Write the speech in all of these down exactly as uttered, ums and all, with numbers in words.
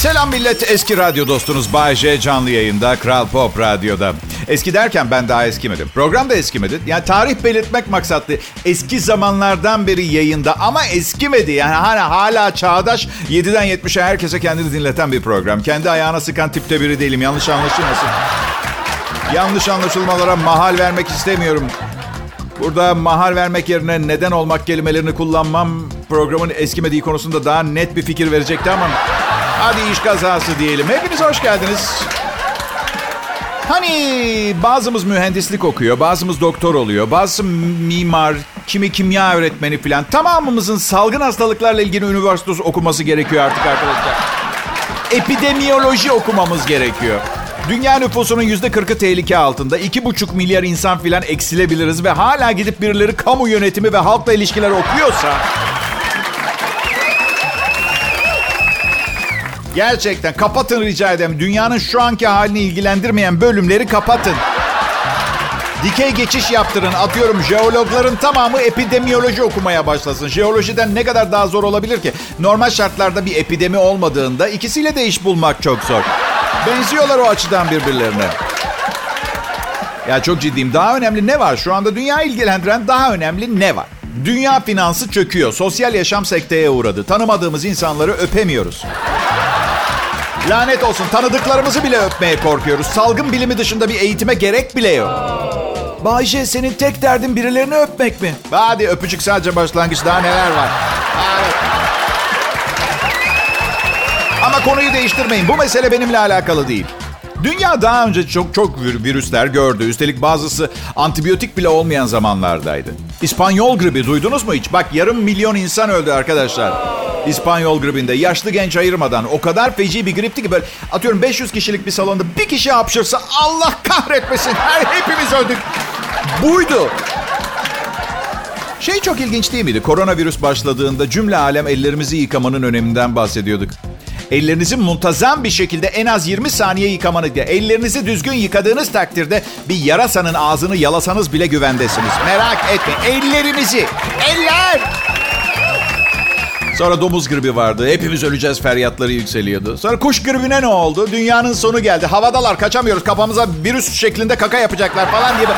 Selam millet, eski radyo dostunuz Bay J canlı yayında, Kral Pop Radyo'da. Eski derken ben daha eskimedim. Program da eskimedi. Yani tarih belirtmek maksatlı. Eski zamanlardan beri yayında ama eskimedi. Yani hala, hala çağdaş, yediden yetmişe herkese kendini dinleten bir program. Kendi ayağına sıkan tipte biri değilim. Yanlış anlaşılmasın. Yanlış anlaşılmalara mahal vermek istemiyorum. Burada mahal vermek yerine neden olmak kelimelerini kullanmam programın eskimediği konusunda daha net bir fikir verecekti ama hadi iş kazası diyelim. Hepiniz hoş geldiniz. Hani bazımız mühendislik okuyor, bazımız doktor oluyor, bazısı mimar, kimi kimya öğretmeni falan. Tamamımızın salgın hastalıklarla ilgili üniversite okuması gerekiyor artık arkadaşlar. Epidemiyoloji okumamız gerekiyor. Dünya nüfusunun yüzde kırkı tehlike altında. iki buçuk milyar insan filan eksilebiliriz ve hala gidip birileri kamu yönetimi ve halkla ilişkiler okuyorsa... Gerçekten kapatın rica ederim. Dünyanın şu anki halini ilgilendirmeyen bölümleri kapatın. Dikey geçiş yaptırın. Atıyorum jeologların tamamı epidemiyoloji okumaya başlasın. Jeolojiden ne kadar daha zor olabilir ki? Normal şartlarda bir epidemi olmadığında ikisiyle de iş bulmak çok zor. Benziyorlar o açıdan birbirlerine. Ya çok ciddiyim. Daha önemli ne var? Şu anda dünyayı ilgilendiren daha önemli ne var? Dünya finansı çöküyor. Sosyal yaşam sekteye uğradı. Tanımadığımız insanları öpemiyoruz. Lanet olsun, tanıdıklarımızı bile öpmeye korkuyoruz. Salgın bilimi dışında bir eğitime gerek bile yok. Bayce, senin tek derdin birilerini öpmek mi? Hadi öpücük sadece başlangıç, daha neler var? Evet. Ama konuyu değiştirmeyin. Bu mesele benimle alakalı değil. Dünya daha önce çok çok virüsler gördü. Üstelik bazısı antibiyotik bile olmayan zamanlardaydı. İspanyol gribi duydunuz mu hiç? Bak, yarım milyon insan öldü arkadaşlar. İspanyol gribinde yaşlı genç ayırmadan o kadar feci bir gripti ki böyle atıyorum beş yüz kişilik bir salonda bir kişi hapşırsa Allah kahretmesin her hepimiz öldük. Buydu. Şey çok ilginç değil miydi? Koronavirüs başladığında cümle alem ellerimizi yıkamanın öneminden bahsediyorduk. Ellerinizi muntazam bir şekilde en az yirmi saniye yıkamanız. Ellerinizi düzgün yıkadığınız takdirde bir yarasanın ağzını yalasanız bile güvendesiniz. Merak etmeyin. Ellerinizi. Eller. Sonra domuz gribi vardı. Hepimiz öleceğiz feryatları yükseliyordu. Sonra kuş gribine ne oldu? Dünyanın sonu geldi. Havadalar, kaçamıyoruz. Kafamıza virüs şeklinde kaka yapacaklar falan gibi.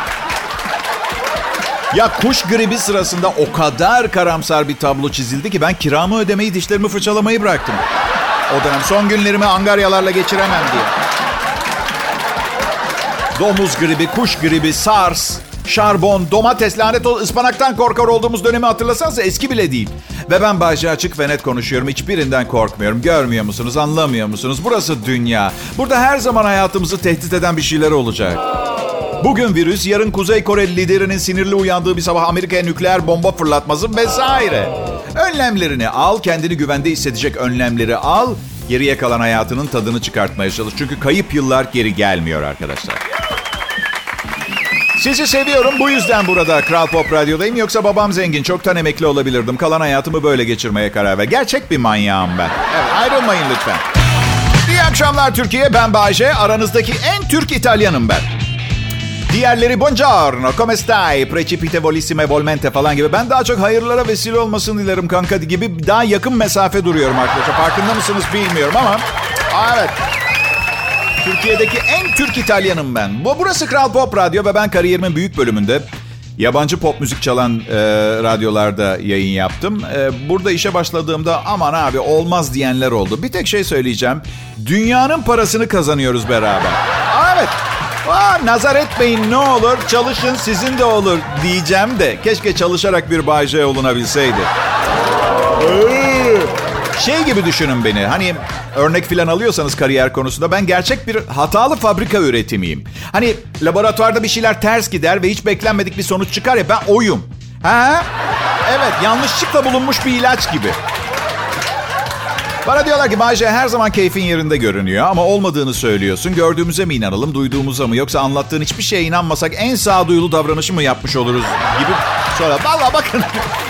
Ya kuş gribi sırasında o kadar karamsar bir tablo çizildi ki ben kiramı ödemeyi, dişlerimi fırçalamayı bıraktım. O dönem son günlerimi angaryalarla geçiremem diye. Domuz gribi, kuş gribi, SARS, şarbon, domates, lanet ol, ıspanaktan korkar olduğumuz dönemi hatırlasanıza eski bile değil. Ve ben Bayce açık ve net konuşuyorum. Hiçbirinden korkmuyorum. Görmüyor musunuz? Anlamıyor musunuz? Burası dünya. Burada her zaman hayatımızı tehdit eden bir şeyler olacak. Bugün virüs, yarın Kuzey Kore liderinin sinirli uyandığı bir sabah Amerika'ya nükleer bomba fırlatması vesaire. Önlemlerini al, kendini güvende hissedecek önlemleri al. Geriye kalan hayatının tadını çıkartmaya çalış. Çünkü kayıp yıllar geri gelmiyor arkadaşlar. Sizi seviyorum. Bu yüzden burada Kral Pop Radyo'dayım. Yoksa babam zengin. Çoktan emekli olabilirdim. Kalan hayatımı böyle geçirmeye karar ver. Gerçek bir manyağım ben. Evet, ayrılmayın lütfen. İyi akşamlar Türkiye. Ben Bayce. Aranızdaki en Türk İtalyanım ben. Diğerleri buongiorno, come stai, precipite volissime volmente falan gibi. Ben daha çok hayırlara vesile olmasını dilerim kanka gibi daha yakın mesafe duruyorum arkadaşlar. Farkında mısınız bilmiyorum ama evet. Türkiye'deki en Türk İtalyanım ben. Bu burası Kral Pop Radyo ve ben kariyerimin büyük bölümünde yabancı pop müzik çalan e, radyolarda yayın yaptım. E, burada işe başladığımda aman abi olmaz diyenler oldu. Bir tek şey söyleyeceğim. Dünyanın parasını kazanıyoruz beraber. Evet. Aa, nazar etmeyin ne olur, çalışın sizin de olur diyeceğim de keşke çalışarak bir Bay J olunabilseydi. Şey gibi düşünün beni, hani örnek falan alıyorsanız kariyer konusunda ben gerçek bir hatalı fabrika üretimiyim. Hani laboratuvarda bir şeyler ters gider ve hiç beklenmedik bir sonuç çıkar ya, ben oyum. Ha? Evet, yanlışlıkla bulunmuş bir ilaç gibi. Bana diyorlar ki Bayce her zaman keyfin yerinde görünüyor ama olmadığını söylüyorsun. Gördüğümüze mi inanalım, duyduğumuza mı, yoksa anlattığın hiçbir şeye inanmasak en sağduyulu davranışı mı yapmış oluruz gibi. Sonra vallahi bakın.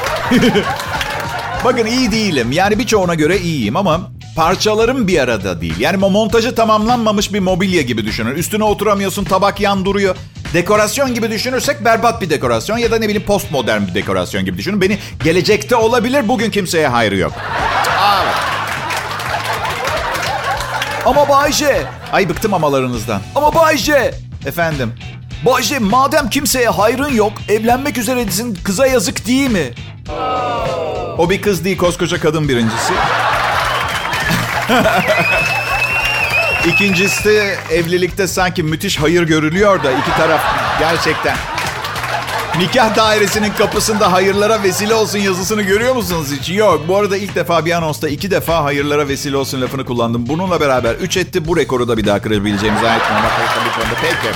Bakın iyi değilim. Yani birçoğuna göre iyiyim ama parçalarım bir arada değil. Yani montajı tamamlanmamış bir mobilya gibi düşünün. Üstüne oturamıyorsun, tabak yan duruyor. Dekorasyon gibi düşünürsek berbat bir dekorasyon ya da ne bileyim postmodern bir dekorasyon gibi düşünün. Beni gelecekte olabilir, bugün kimseye hayrı yok. Evet. Ama Bay J. Ay bıktım amalarınızdan. Ama Bay J. Efendim? Bay J, madem kimseye hayrın yok, evlenmek üzeresin, kıza yazık değil mi? O bir kız değil, koskoca kadın birincisi. İkincisi, evlilikte sanki müthiş hayır görülüyor da iki taraf gerçekten. Nikah dairesinin kapısında hayırlara vesile olsun yazısını görüyor musunuz hiç? Yok. Bu arada ilk defa bir anonsta iki defa hayırlara vesile olsun lafını kullandım. Bununla beraber üç etti. Bu rekoru da bir daha kırabileceğimizi zannetmiyorum. Peki.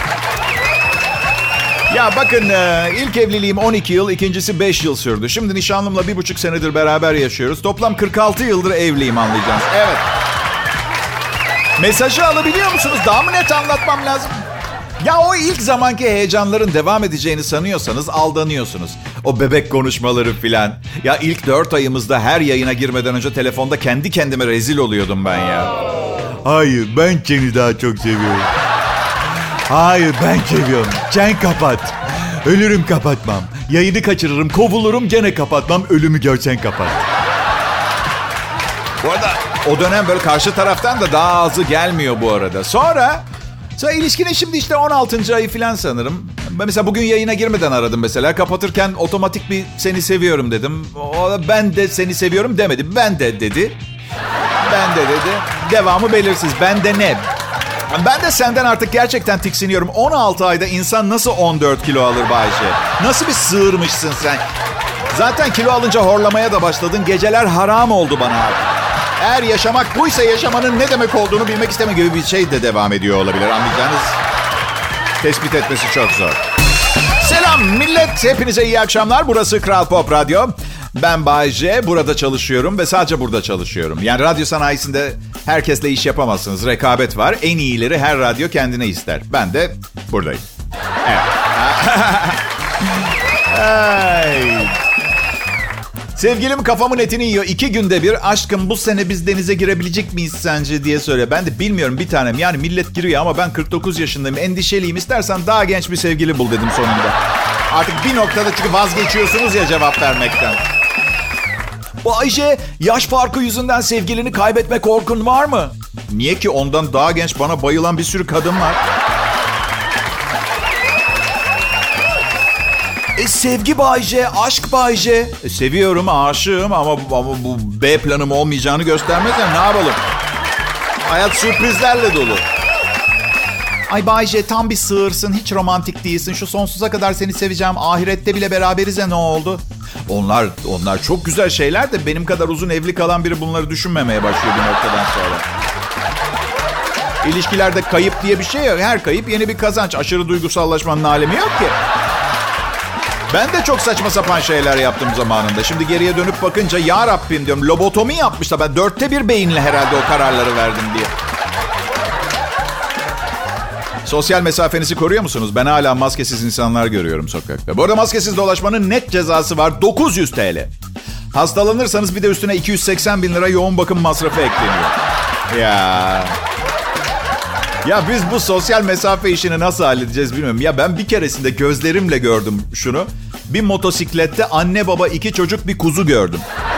Ya bakın, ilk evliliğim on iki yıl, ikincisi beş yıl sürdü. Şimdi nişanlımla bir buçuk senedir beraber yaşıyoruz. Toplam kırk altı yıldır evliyim, anlayacağınız. Evet. Mesajı alabiliyor musunuz? Daha mı net anlatmam lazım? Ya o ilk zamanki heyecanların devam edeceğini sanıyorsanız aldanıyorsunuz. O bebek konuşmaları filan. Ya ilk dört ayımızda her yayına girmeden önce telefonda kendi kendime rezil oluyordum ben ya. Hayır, ben seni daha çok seviyorum. Hayır, ben seviyorum. Sen kapat. Ölürüm kapatmam. Yayını kaçırırım, kovulurum, gene kapatmam. Ölümü görsen kapat. Bu arada o dönem böyle karşı taraftan da daha azı gelmiyor bu arada. Sonra... Sonra ilişkinin şimdi işte on altıncı ayı falan sanırım. Ben mesela bugün yayına girmeden aradım mesela. Kapatırken otomatik bir seni seviyorum dedim. O da ben de seni seviyorum demedi. Ben de dedi. Ben de dedi. Devamı belirsiz. Ben de ne? Ben de senden artık gerçekten tiksiniyorum. on altı ayda insan nasıl on dört kilo alır Bayşe? Nasıl bir sığırmışsın sen? Zaten kilo alınca horlamaya da başladın. Geceler haram oldu bana artık. Eğer yaşamak buysa yaşamanın ne demek olduğunu bilmek isteme gibi bir şey de devam ediyor olabilir. Anlayacağınız, tespit etmesi çok zor. Selam millet, hepinize iyi akşamlar. Burası Kral Pop Radyo. Ben Bay J, burada çalışıyorum ve sadece burada çalışıyorum. Yani radyo sanayisinde herkesle iş yapamazsınız. Rekabet var. En iyileri her radyo kendine ister. Ben de buradayım. Evet. Ay. Sevgilim kafamın etini yiyor. İki günde bir aşkım bu sene biz denize girebilecek miyiz sence diye söylüyor. Ben de bilmiyorum bir tanem. Yani millet giriyor ama ben kırk dokuz yaşındayım. Endişeliyim. İstersen daha genç bir sevgili bul dedim sonunda. Artık bir noktada çünkü vazgeçiyorsunuz ya cevap vermekten. Bay J, yaş farkı yüzünden sevgilini kaybetme korkun var mı? Niye ki? Ondan daha genç bana bayılan bir sürü kadın var. E, sevgi Bay J, aşk Bay J. E, seviyorum, aşığım ama, ama bu B planım olmayacağını göstermez ya, ne yapalım? Hayat sürprizlerle dolu. Ay Bay J, tam bir sığırsın, hiç romantik değilsin. Şu sonsuza kadar seni seveceğim, ahirette bile beraberiz ya, ne oldu? Onlar onlar çok güzel şeyler de benim kadar uzun evli kalan biri bunları düşünmemeye başlıyor bir noktadan sonra. İlişkilerde kayıp diye bir şey yok. Her kayıp yeni bir kazanç. Aşırı duygusallaşmanın alemi yok ki. Ben de çok saçma sapan şeyler yaptım zamanında. Şimdi geriye dönüp bakınca ya Rabbim diyorum, lobotomi yapmışlar. Ben dörtte bir beyinle herhalde o kararları verdim diye. Sosyal mesafenizi koruyor musunuz? Ben hala maskesiz insanlar görüyorum sokakta. Bu arada maskesiz dolaşmanın net cezası var. dokuz yüz TL. Hastalanırsanız bir de üstüne iki yüz seksen bin lira yoğun bakım masrafı ekleniyor. Ya... Ya biz bu sosyal mesafe işini nasıl halledeceğiz bilmiyorum. Ya ben bir keresinde gözlerimle gördüm şunu. Bir motosiklette anne baba iki çocuk bir kuzu gördüm.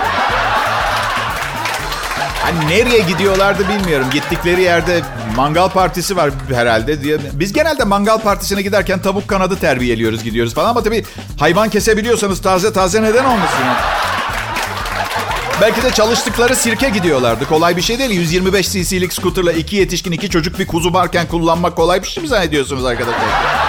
Hani nereye gidiyorlardı bilmiyorum. Gittikleri yerde mangal partisi var herhalde diye. Biz genelde mangal partisine giderken tavuk kanadı terbiyeliyoruz, gidiyoruz falan. Ama tabii hayvan kesebiliyorsanız taze taze neden olmasın ya? Belki de çalıştıkları sirke gidiyorlardı. Kolay bir şey değil. yüz yirmi beş cc'lik skuterla iki yetişkin iki çocuk bir kuzu varken kullanmak kolay bir şey mi zannediyorsunuz arkadaşlar?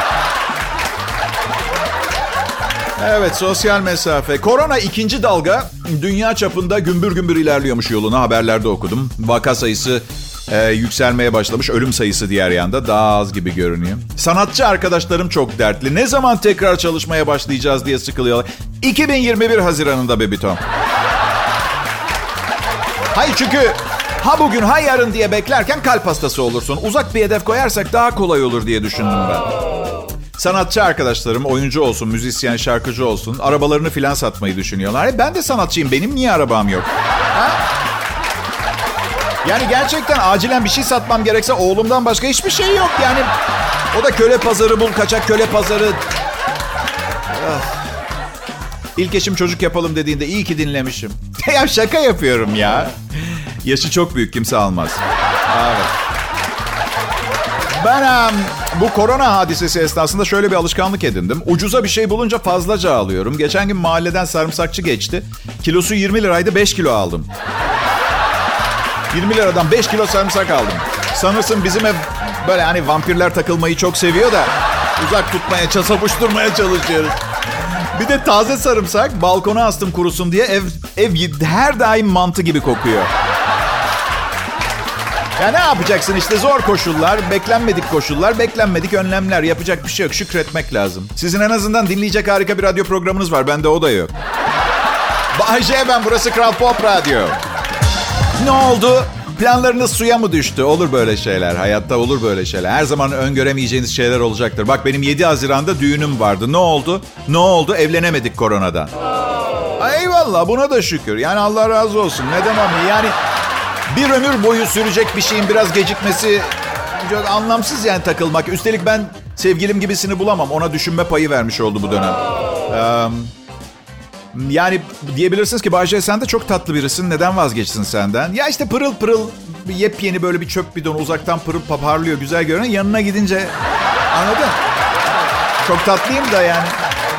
Evet, sosyal mesafe. Korona ikinci dalga dünya çapında gümbür gümbür ilerliyormuş yoluna, haberlerde okudum. Vaka sayısı e, yükselmeye başlamış. Ölüm sayısı diğer yanda daha az gibi görünüyor. Sanatçı arkadaşlarım çok dertli. Ne zaman tekrar çalışmaya başlayacağız diye sıkılıyorlar. iki bin yirmi bir Haziran'ında bebitom. Hayır çünkü ha bugün ha yarın diye beklerken kalp hastası olursun. Uzak bir hedef koyarsak daha kolay olur diye düşündüm ben. Sanatçı arkadaşlarım oyuncu olsun, müzisyen, şarkıcı olsun, arabalarını filan satmayı düşünüyorlar. E ben de sanatçıyım, benim niye arabam yok? Ha? Yani gerçekten acilen bir şey satmam gerekse oğlumdan başka hiçbir şey yok. Yani o da köle pazarı bul, kaçak köle pazarı. Ah. İlk eşim çocuk yapalım dediğinde iyi ki dinlemişim. Ya şaka yapıyorum ya. Yaşı çok büyük, kimse almaz. Evet. Ben em, bu korona hadisesi esnasında şöyle bir alışkanlık edindim. Ucuza bir şey bulunca fazlaca alıyorum. Geçen gün mahalleden sarımsakçı geçti. Kilosu yirmi liraydı, beş kilo aldım. yirmi liradan beş kilo sarımsak aldım. Sanırsın bizim ev böyle hani vampirler takılmayı çok seviyor da uzak tutmaya, savuşturmaya çalışıyoruz. Bir de taze sarımsak balkona astım kurusun diye ev ev her daim mantı gibi kokuyor. Ya ne yapacaksın işte, zor koşullar, beklenmedik koşullar, beklenmedik önlemler. Yapacak bir şey yok, şükretmek lazım. Sizin en azından dinleyecek harika bir radyo programınız var. Bende o da yok. Bay J ben, burası Kral Pop Radyo. Ne oldu? Planlarınız suya mı düştü? Olur böyle şeyler. Hayatta olur böyle şeyler. Her zaman öngöremeyeceğiniz şeyler olacaktır. Bak benim yedi Haziran'da düğünüm vardı. Ne oldu? Ne oldu? Evlenemedik koronadan. Ay eyvallah, buna da şükür. Yani Allah razı olsun. Neden ama yani bir ömür boyu sürecek bir şeyin biraz gecikmesi çok anlamsız yani takılmak. Üstelik ben sevgilim gibisini bulamam. Ona düşünme payı vermiş oldu bu dönem. Ee, yani diyebilirsiniz ki Bayce sen de çok tatlı birisin. Neden vazgeçsin senden? Ya işte pırıl pırıl yepyeni böyle bir çöp bidonu uzaktan pırıl parlıyor, güzel görünüyor. Yanına gidince anladın? Çok tatlıyım da yani.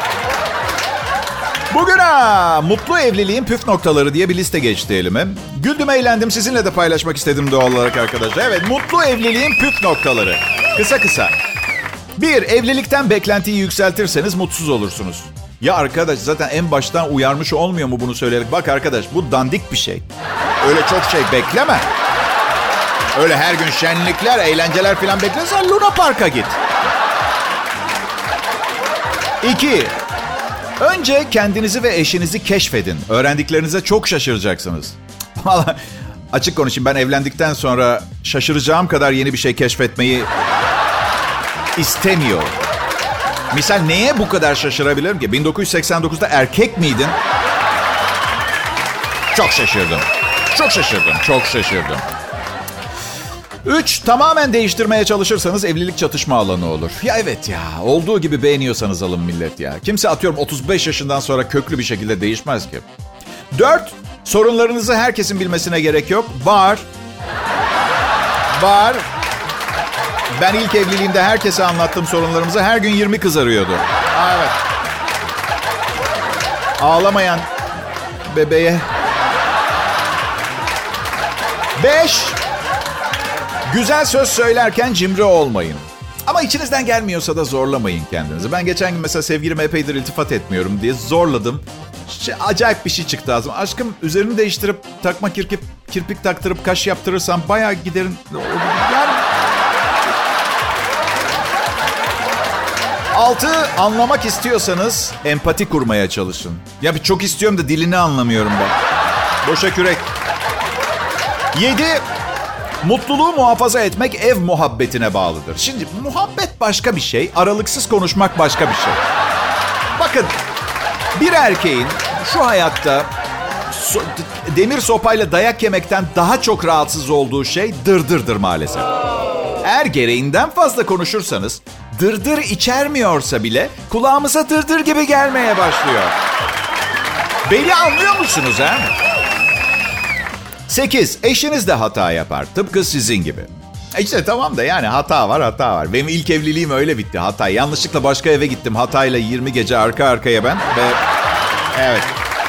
Bugün ha, mutlu evliliğin püf noktaları diye bir liste geçti elime. Güldüm, eğlendim. Sizinle de paylaşmak istedim doğal olarak arkadaşlar. Evet, mutlu evliliğin püf noktaları. Kısa kısa. Bir, evlilikten beklentiyi yükseltirseniz mutsuz olursunuz. Ya arkadaş zaten en baştan uyarmış olmuyor mu bunu söyleyerek? Bak arkadaş bu dandik bir şey. Öyle çok şey bekleme. Öyle her gün şenlikler, eğlenceler falan beklersen Luna Park'a git. İki, önce kendinizi ve eşinizi keşfedin. Öğrendiklerinize çok şaşıracaksınız. Vallahi açık konuşayım, ben evlendikten sonra şaşıracağım kadar yeni bir şey keşfetmeyi istemiyorum. Misal neye bu kadar şaşırabilirim ki? bin dokuz yüz seksen dokuzda erkek miydin? Çok şaşırdım. Çok şaşırdım. Çok şaşırdım. Üç, tamamen değiştirmeye çalışırsanız evlilik çatışma alanı olur. Ya evet ya, olduğu gibi beğeniyorsanız alın millet ya. Kimse atıyorum otuz beş yaşından sonra köklü bir şekilde değişmez ki. Dört, sorunlarınızı herkesin bilmesine gerek yok. Var. Var. Ben ilk evliliğimde herkese anlattığım sorunlarımızı her gün yirmi kız arıyordu. Aa, evet. Ağlamayan bebeğe. Beş, güzel söz söylerken cimri olmayın. Ama içinizden gelmiyorsa da zorlamayın kendinizi. Ben geçen gün mesela sevgilime epeydir iltifat etmiyorum diye zorladım. Şey, acayip bir şey çıktı ağzıma. Aşkım üzerini değiştirip takma kirpik, kirpik taktırıp kaş yaptırırsam bayağı giderin. Yani... Altı, anlamak istiyorsanız empati kurmaya çalışın. Ya bir çok istiyorum da dilini anlamıyorum ben. Boşa kürek. Yedi, mutluluğu muhafaza etmek ev muhabbetine bağlıdır. Şimdi muhabbet başka bir şey, aralıksız konuşmak başka bir şey. Bakın, bir erkeğin şu hayatta so- demir sopayla dayak yemekten daha çok rahatsız olduğu şey dırdırdır maalesef. Eğer gereğinden fazla konuşursanız, dırdır içermiyorsa bile kulağımıza dırdır gibi gelmeye başlıyor. Beni anlıyor musunuz ha? Sekiz, eşiniz de hata yapar. Tıpkı sizin gibi. E işte tamam da yani hata var hata var. Benim ilk evliliğim öyle bitti, hata. Yanlışlıkla başka eve gittim. Hatayla yirmi gece arka arkaya ben. Ve evet.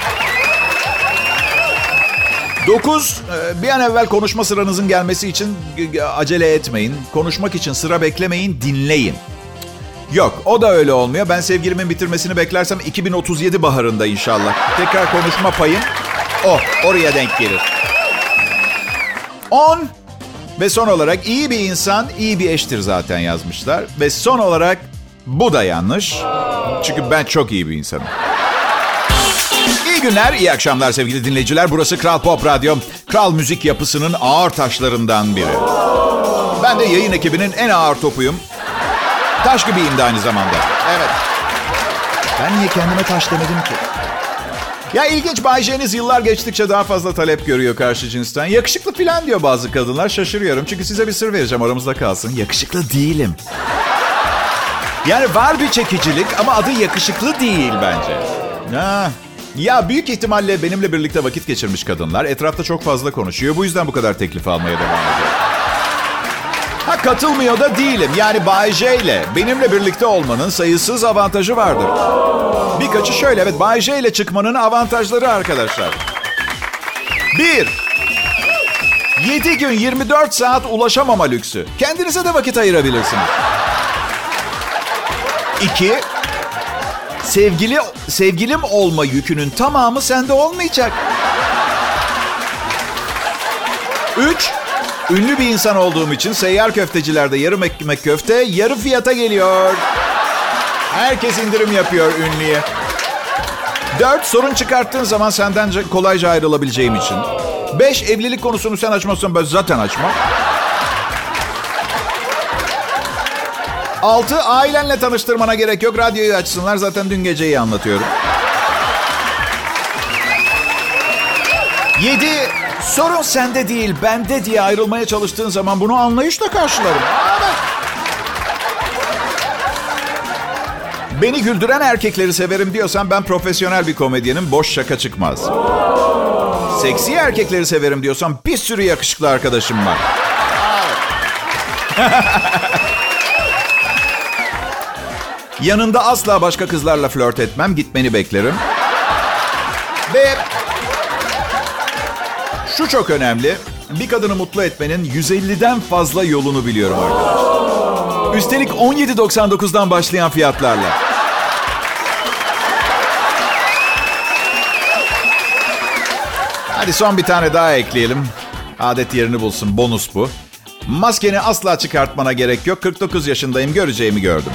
Dokuz, bir an evvel konuşma sıranızın gelmesi için acele etmeyin. Konuşmak için sıra beklemeyin, dinleyin. Yok, o da öyle olmuyor. Ben sevgilimin bitirmesini beklersem iki bin otuz yedi baharında inşallah. Tekrar konuşma payım o, oraya denk gelir. On, ve son olarak iyi bir insan iyi bir eştir zaten yazmışlar. Ve son olarak bu da yanlış. Çünkü ben çok iyi bir insanım. İyi günler, iyi akşamlar sevgili dinleyiciler. Burası Kral Pop Radyo. Kral müzik yapısının ağır taşlarından biri. Ben de yayın ekibinin en ağır topuyum. Taş gibiyim de aynı zamanda. Evet. Ben niye kendime taş demedim ki? Ya ilginç, Bay J'niz yıllar geçtikçe daha fazla talep görüyor karşı cinsten. Yakışıklı falan diyor bazı kadınlar. Şaşırıyorum çünkü size bir sır vereceğim, aramızda kalsın. Yakışıklı değilim. Yani var bir çekicilik ama adı yakışıklı değil bence. Ha. Ya büyük ihtimalle benimle birlikte vakit geçirmiş kadınlar etrafta çok fazla konuşuyor. Bu yüzden bu kadar teklif almaya devam ediyor. Ha, katılmıyor da değilim. Yani Bay J ile benimle birlikte olmanın sayısız avantajı vardır. Birkaçı şöyle, evet, Bay J ile çıkmanın avantajları arkadaşlar. Bir, yedi gün yirmi dört saat ulaşamama lüksü. Kendinize de vakit ayırabilirsiniz. İki, sevgili, sevgilim olma yükünün tamamı sende olmayacak. Üç, ünlü bir insan olduğum için seyyar köftecilerde yarım ekmek köfte yarı fiyata geliyor. Herkes indirim yapıyor ünlüye. Dört, sorun çıkarttığın zaman senden kolayca ayrılabileceğim için. Beş, evlilik konusunu sen açmazsan ben zaten açmam. Altı, ailenle tanıştırmana gerek yok. Radyoyu açsınlar, zaten dün geceyi anlatıyorum. Yedi, sorun sende değil bende diye ayrılmaya çalıştığın zaman bunu anlayışla karşılarım. Evet. Beni güldüren erkekleri severim diyorsan ben profesyonel bir komedyenim, boş şaka çıkmaz. Seksi erkekleri severim diyorsan bir sürü yakışıklı arkadaşım var. Yanında asla başka kızlarla flört etmem, gitmeni beklerim. Ve şu çok önemli, bir kadını mutlu etmenin yüz elliden fazla yolunu biliyorum arkadaşlar. Üstelik on yedi doksan dokuzdan başlayan fiyatlarla. Hadi son bir tane daha ekleyelim. Adet yerini bulsun, bonus bu. Maskeni asla çıkartmana gerek yok. kırk dokuz yaşındayım, göreceğimi gördüm.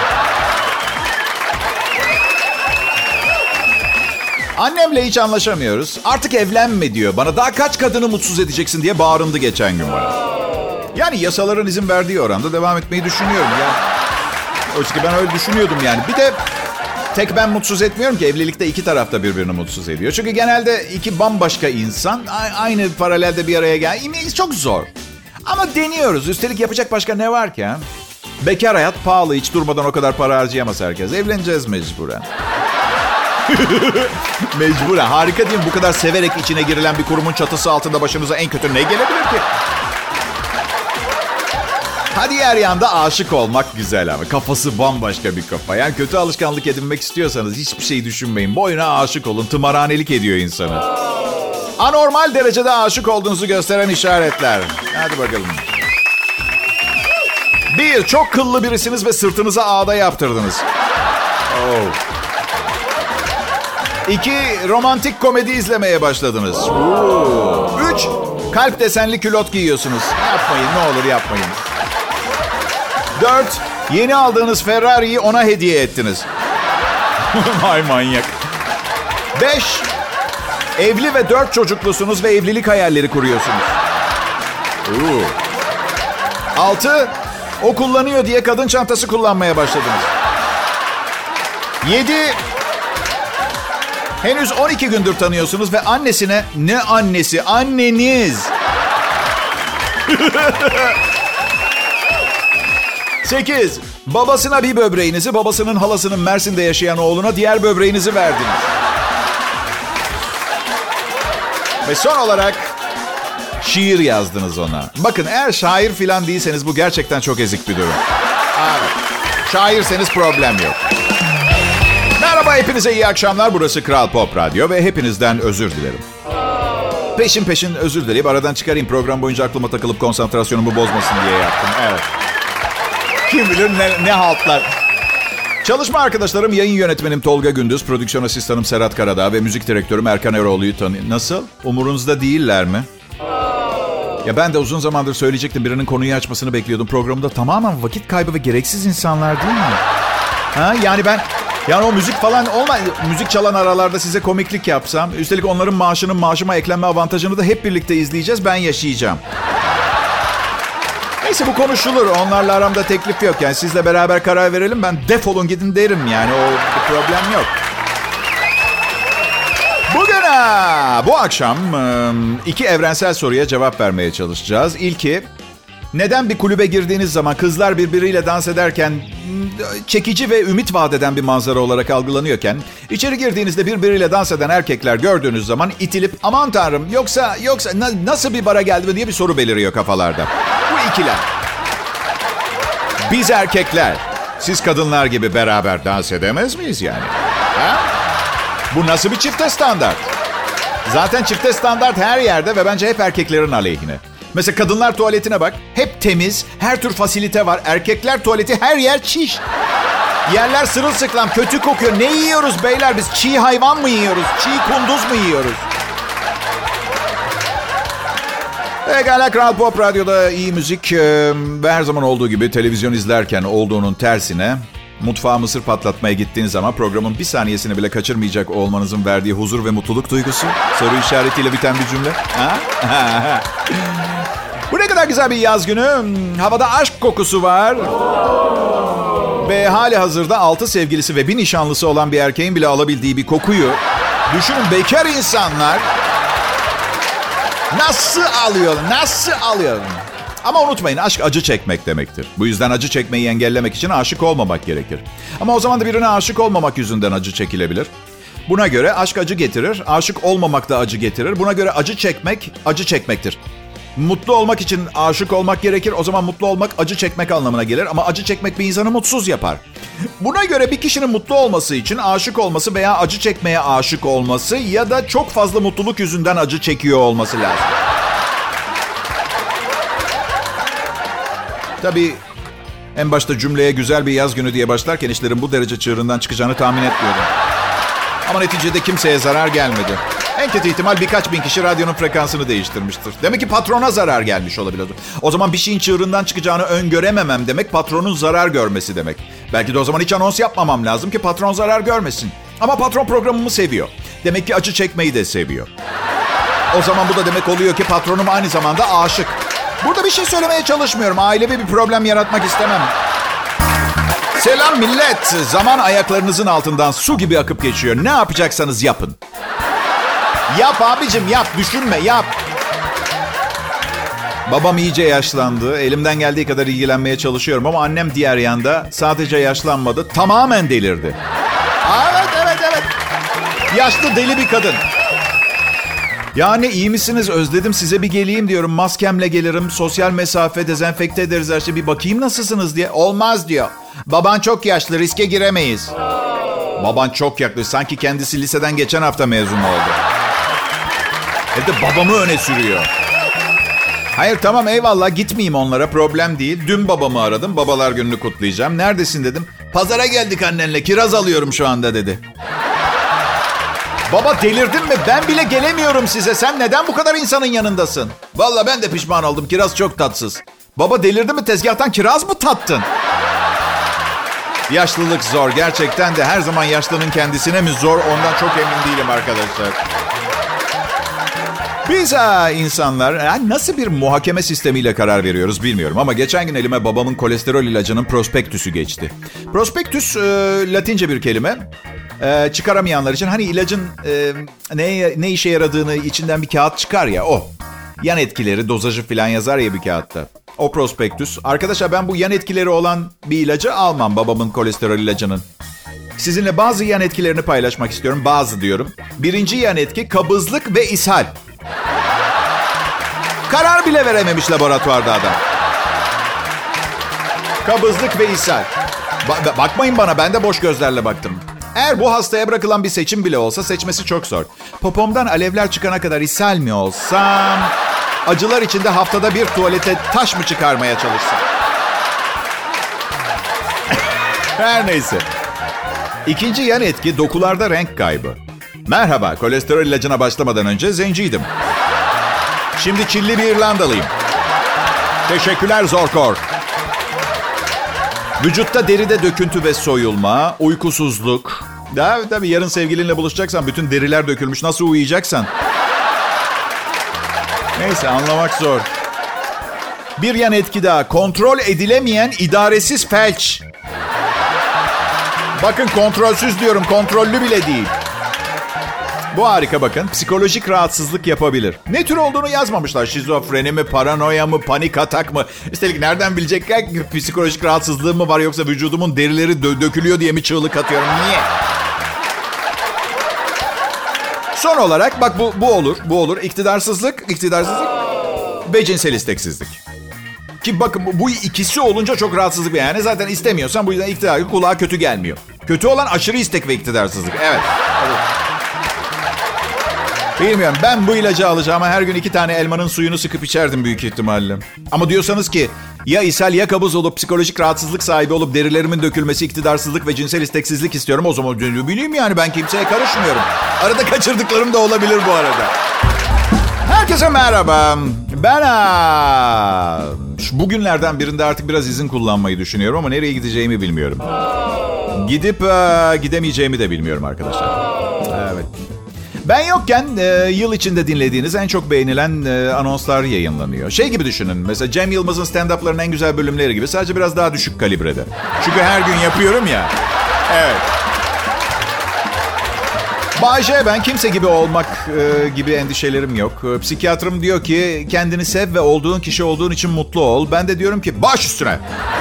Annemle hiç anlaşamıyoruz. Artık evlenme diyor bana. Daha kaç kadını mutsuz edeceksin diye bağırındı geçen gün bana. Yani yasaların izin verdiği oranda devam etmeyi düşünüyorum ya. Oysa ki ben öyle düşünüyordum yani. Bir de tek ben mutsuz etmiyorum ki. Evlilikte iki taraf da birbirini mutsuz ediyor. Çünkü genelde iki bambaşka insan aynı paralelde bir araya gel. Çok zor. Ama deniyoruz. Üstelik yapacak başka ne var ki? Ha? Bekar hayat pahalı. Hiç durmadan o kadar para harcayamaz herkes. Evleneceğiz mecburen. Mecburen. Harika değil mi? Bu kadar severek içine girilen bir kurumun çatısı altında başınıza en kötü ne gelebilir ki? Ha, diğer yanda aşık olmak güzel ama kafası bambaşka bir kafa. Yani kötü alışkanlık edinmek istiyorsanız hiçbir şey düşünmeyin. Boyuna aşık olun. Tımarhanelik ediyor insanı. Anormal derecede aşık olduğunuzu gösteren işaretler. Hadi bakalım. Bir, çok kıllı birisiniz ve sırtınıza ağda yaptırdınız. Oh. İki, romantik komedi izlemeye başladınız. Oo. Üç, kalp desenli külot giyiyorsunuz. Yapmayın, ne olur yapmayın. Dört, yeni aldığınız Ferrari'yi ona hediye ettiniz. Ay manyak. Beş, evli ve dört çocuklusunuz ve evlilik hayalleri kuruyorsunuz. Oo. Altı, o kullanıyor diye kadın çantası kullanmaya başladınız. Yedi, henüz on iki gündür tanıyorsunuz ve annesine, ne annesi, anneniz. Sekiz, babasına bir böbreğinizi, babasının halasının Mersin'de yaşayan oğluna diğer böbreğinizi verdiniz. Ve son olarak şiir yazdınız ona. Bakın, eğer şair falan değilseniz bu gerçekten çok ezik bir durum. Evet. Şairseniz problem yok. Merhaba, hepinize iyi akşamlar. Burası Kral Pop Radyo ve hepinizden özür dilerim. Peşin peşin özür dileyip aradan çıkarayım. Program boyunca aklıma takılıp konsantrasyonumu bozmasın diye yaptım. Evet. Kim bilir ne, ne haltlar. Çalışma arkadaşlarım, yayın yönetmenim Tolga Gündüz, prodüksiyon asistanım Serhat Karadağ ve müzik direktörüm Erkan Eroğlu'yu tanıyorum. Nasıl? Umurunuzda değiller mi? Ya ben de uzun zamandır söyleyecektim. Birinin konuyu açmasını bekliyordum. Programda tamamen vakit kaybı ve gereksiz insanlar değil mi? Ha? Yani ben... Yani o müzik falan olmaz. Müzik çalan aralarda size komiklik yapsam. Üstelik onların maaşının maaşıma eklenme avantajını da hep birlikte izleyeceğiz. Ben yaşayacağım. Neyse, bu konuşulur. Onlarla aramda teklif yok. Yani sizle beraber karar verelim. Ben defolun gidin derim yani. O bir problem yok. Bugün ha, bu akşam iki evrensel soruya cevap vermeye çalışacağız. İlki, neden bir kulübe girdiğiniz zaman kızlar birbiriyle dans ederken çekici ve ümit vaat eden bir manzara olarak algılanıyorken, içeri girdiğinizde birbiriyle dans eden erkekler gördüğünüz zaman itilip aman tanrım yoksa yoksa na, nasıl bir bara geldi diye bir soru beliriyor kafalarda. Bu ikilem. Biz erkekler, siz kadınlar gibi beraber dans edemez miyiz yani? Ha? Bu nasıl bir çifte standart? Zaten çifte standart her yerde ve bence hep erkeklerin aleyhine. Mesela kadınlar tuvaletine bak. Hep temiz, her tür fasilite var. Erkekler tuvaleti her yer çiş. Yerler sırılsıklam, kötü kokuyor. Ne yiyoruz beyler biz? Çiğ hayvan mı yiyoruz? Çiğ kunduz mu yiyoruz? Pekala, Kral Pop Radyo'da iyi müzik e, ve her zaman olduğu gibi televizyon izlerken olduğunun tersine mutfağa mısır patlatmaya gittiğiniz zaman programın bir saniyesini bile kaçırmayacak olmanızın verdiği huzur ve mutluluk duygusu. Soru işaretiyle biten bir cümle. Ha? Bu ne kadar güzel bir yaz günü. Havada aşk kokusu var. Ve hali hazırda altı sevgilisi ve bir nişanlısı olan bir erkeğin bile alabildiği bir kokuyu düşünün, bekar insanlar nasıl alıyor, nasıl alıyor? Ama unutmayın, aşk acı çekmek demektir. Bu yüzden acı çekmeyi engellemek için aşık olmamak gerekir. Ama o zaman da birine aşık olmamak yüzünden acı çekilebilir. Buna göre aşk acı getirir, aşık olmamak da acı getirir. Buna göre acı çekmek, acı çekmektir. Mutlu olmak için aşık olmak gerekir. O zaman mutlu olmak acı çekmek anlamına gelir. Ama acı çekmek bir insanı mutsuz yapar. Buna göre bir kişinin mutlu olması için aşık olması veya acı çekmeye aşık olması ya da çok fazla mutluluk yüzünden acı çekiyor olması lazım. Tabii en başta cümleye güzel bir yaz günü diye başlarken işlerin bu derece çığırından çıkacağını tahmin etmiyordum. Ama neticede kimseye zarar gelmedi. En kötü ihtimal birkaç bin kişi radyonun frekansını değiştirmiştir. Demek ki patrona zarar gelmiş olabilir. O zaman bir şeyin çığırından çıkacağını öngörememem demek patronun zarar görmesi demek. Belki de o zaman hiç anons yapmamam lazım ki patron zarar görmesin. Ama patron programımı seviyor. Demek ki acı çekmeyi de seviyor. O zaman bu da demek oluyor ki patronum aynı zamanda aşık. Burada bir şey söylemeye çalışmıyorum. Ailevi bir problem yaratmak istemem. Selam millet. Zaman ayaklarınızın altından su gibi akıp geçiyor. Ne yapacaksanız yapın. Yap abicim yap. Düşünme yap. Babam iyice yaşlandı. Elimden geldiği kadar ilgilenmeye çalışıyorum. Ama annem diğer yanda sadece yaşlanmadı. Tamamen delirdi. Evet evet evet. Yaşlı deli bir kadın. Yani iyi misiniz? Özledim, size bir geleyim diyorum. Maskemle gelirim. Sosyal mesafe, dezenfekte ederiz her şey. Bir bakayım nasılsınız diye. Olmaz diyor. Baban çok yaşlı, riske giremeyiz. Baban çok yaşlı. Sanki kendisi liseden geçen hafta mezun oldu. Evde babamı öne sürüyor. Hayır tamam eyvallah, gitmeyeyim onlara, problem değil. Dün babamı aradım. Babalar gününü kutlayacağım. Neredesin dedim. Pazara geldik annenle. Kiraz alıyorum şu anda dedi. Baba delirdin mi? Ben bile gelemiyorum size. Sen neden bu kadar insanın yanındasın? Vallahi ben de pişman oldum. Kiraz çok tatsız. Baba delirdin mi? Tezgahtan kiraz mı tattın? Yaşlılık zor. Gerçekten de her zaman yaşlının kendisine mi zor? Ondan çok emin değilim arkadaşlar. Biz ha, insanlar yani nasıl bir muhakeme sistemiyle karar veriyoruz bilmiyorum. Ama geçen gün elime babamın kolesterol ilacının prospektüsü geçti. Prospektüs e, Latince bir kelime. Ee, çıkaramayanlar için hani ilacın e, ne, ne işe yaradığını içinden bir kağıt çıkar ya o. Yan etkileri, dozajı falan yazar ya bir kağıtta. O prospektüs. Arkadaşlar ben bu yan etkileri olan bir ilacı almam, babamın kolesterol ilacının. Sizinle bazı yan etkilerini paylaşmak istiyorum. Bazı diyorum. Birinci yan etki kabızlık ve ishal. Karar bile verememiş laboratuvarda adam. Kabızlık ve ishal. Ba- bakmayın bana, ben de boş gözlerle baktım. Eğer bu hastaya bırakılan bir seçim bile olsa seçmesi çok zor. Popomdan alevler çıkana kadar ishal mi olsam? Acılar içinde haftada bir tuvalete taş mı çıkarmaya çalışsam? Her neyse. İkinci yan etki dokularda renk kaybı. Merhaba, kolesterol ilacına başlamadan önce zenciydim. Şimdi çilli bir İrlandalıyım. Teşekkürler Zorkor. Vücutta deride döküntü ve soyulma, uykusuzluk. Daha tabii yarın sevgilinle buluşacaksan bütün deriler dökülmüş. Nasıl uyuyacaksan? Neyse anlamak zor. Bir yan etki daha. Kontrol edilemeyen idaresiz felç. Bakın kontrolsüz diyorum. Kontrollü bile değil. Bu harika bakın. Psikolojik rahatsızlık yapabilir. Ne tür olduğunu yazmamışlar. Şizofreni mi, paranoya mı, panik atak mı? Üstelik nereden bilecekler ki psikolojik rahatsızlığım mı var yoksa vücudumun derileri dö- dökülüyor diye mi çığlık atıyorum? Niye? Son olarak bak bu, bu olur, bu olur. İktidarsızlık, iktidarsızlık ve cinsel isteksizlik. Ki bakın bu ikisi olunca çok rahatsızlık. Yani zaten istemiyorsan bu yüzden iktidar kulağa kötü gelmiyor. Kötü olan aşırı istek ve iktidarsızlık. Evet. Bilmiyorum, ben bu ilacı alacağıma her gün iki tane elmanın suyunu sıkıp içerdim büyük ihtimalle. Ama diyorsanız ki ya ishal ya kabız olup psikolojik rahatsızlık sahibi olup derilerimin dökülmesi, iktidarsızlık ve cinsel isteksizlik istiyorum. O zaman bileyim yani, ben kimseye karışmıyorum. Arada kaçırdıklarım da olabilir bu arada. Herkese merhaba. Ben aa, şu bugünlerden birinde artık biraz izin kullanmayı düşünüyorum ama nereye gideceğimi bilmiyorum. Gidip aa, gidemeyeceğimi de bilmiyorum arkadaşlar. Evet. Ben yokken e, yıl içinde dinlediğiniz en çok beğenilen e, anonslar yayınlanıyor. Şey gibi düşünün. Mesela Cem Yılmaz'ın stand-up'larının en güzel bölümleri gibi. Sadece biraz daha düşük kalibrede. Çünkü her gün yapıyorum ya. Evet. Bay J, ben kimse gibi olmak e, gibi endişelerim yok. E, psikiyatrım diyor ki kendini sev ve olduğun kişi olduğun için mutlu ol. Ben de diyorum ki baş üstüne.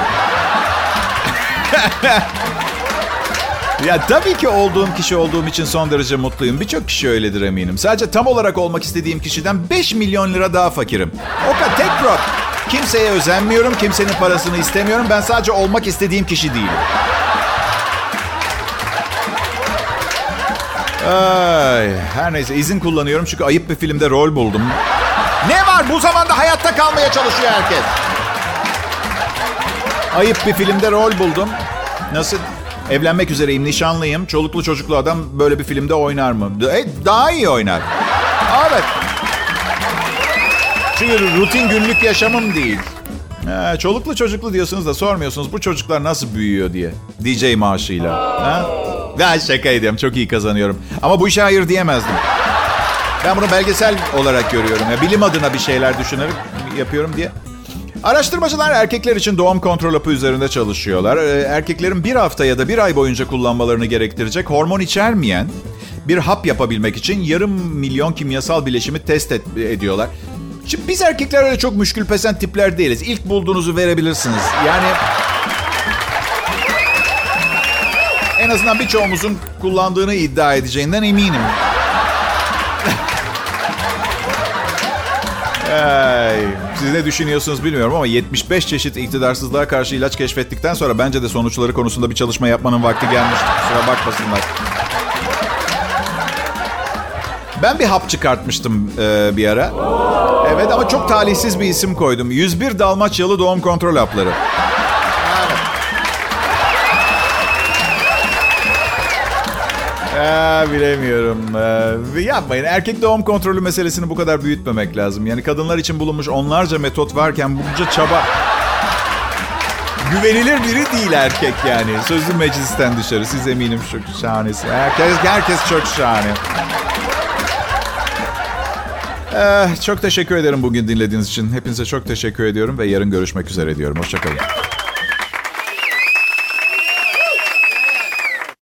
Ya tabii ki olduğum kişi olduğum için son derece mutluyum. Birçok kişi öyledir eminim. Sadece tam olarak olmak istediğim kişiden beş milyon lira daha fakirim. O kadar, tek prop. Kimseye özenmiyorum, kimsenin parasını istemiyorum. Ben sadece olmak istediğim kişi değilim. Ay, her neyse, izin kullanıyorum çünkü ayıp bir filmde rol buldum. Ne var? Bu zamanda hayatta kalmaya çalışıyor herkes. Ayıp bir filmde rol buldum. Nasıl? Evlenmek üzereyim, nişanlıyım. Çoluklu çocuklu adam böyle bir filmde oynar mı? E, daha iyi oynar. Evet. Çünkü rutin günlük yaşamım değil. He, çoluklu çocuklu diyorsunuz da sormuyorsunuz bu çocuklar nasıl büyüyor diye. D J maaşıyla. Ha? Ya şaka ediyorum, çok iyi kazanıyorum. Ama bu işe hayır diyemezdim. Ben bunu belgesel olarak görüyorum. Ya, bilim adına bir şeyler düşünerek yapıyorum diye. Araştırmacılar erkekler için doğum kontrol hapı üzerinde çalışıyorlar. Erkeklerin bir hafta ya da bir ay boyunca kullanmalarını gerektirecek hormon içermeyen bir hap yapabilmek için yarım milyon kimyasal bileşimi test et- ediyorlar. Şimdi biz erkekler öyle çok müşkül pesen tipler değiliz. İlk bulduğunuzu verebilirsiniz. Yani en azından birçoğumuzun kullandığını iddia edeceğinden eminim. Ay, siz ne düşünüyorsunuz bilmiyorum ama yetmiş beş çeşit iktidarsızlığa karşı ilaç keşfettikten sonra bence de sonuçları konusunda bir çalışma yapmanın vakti gelmişti. Kusura bakmasınlar. Ben bir hap çıkartmıştım e, bir ara. Evet, ama çok talihsiz bir isim koydum. yüz bir Dalmaçyalı doğum kontrol hapları. Ee, bilemiyorum. Ee, yapmayın. Erkek doğum kontrolü meselesini bu kadar büyütmemek lazım. Yani kadınlar için bulunmuş onlarca metot varken bunca çaba... Güvenilir biri değil erkek yani. Sözlü meclisten dışarı. Siz eminim çok şahanesi. Herkes, herkes çok şahane. Ee, çok teşekkür ederim bugün dinlediğiniz için. Hepinize çok teşekkür ediyorum ve yarın görüşmek üzere diyorum. Hoşça kalın.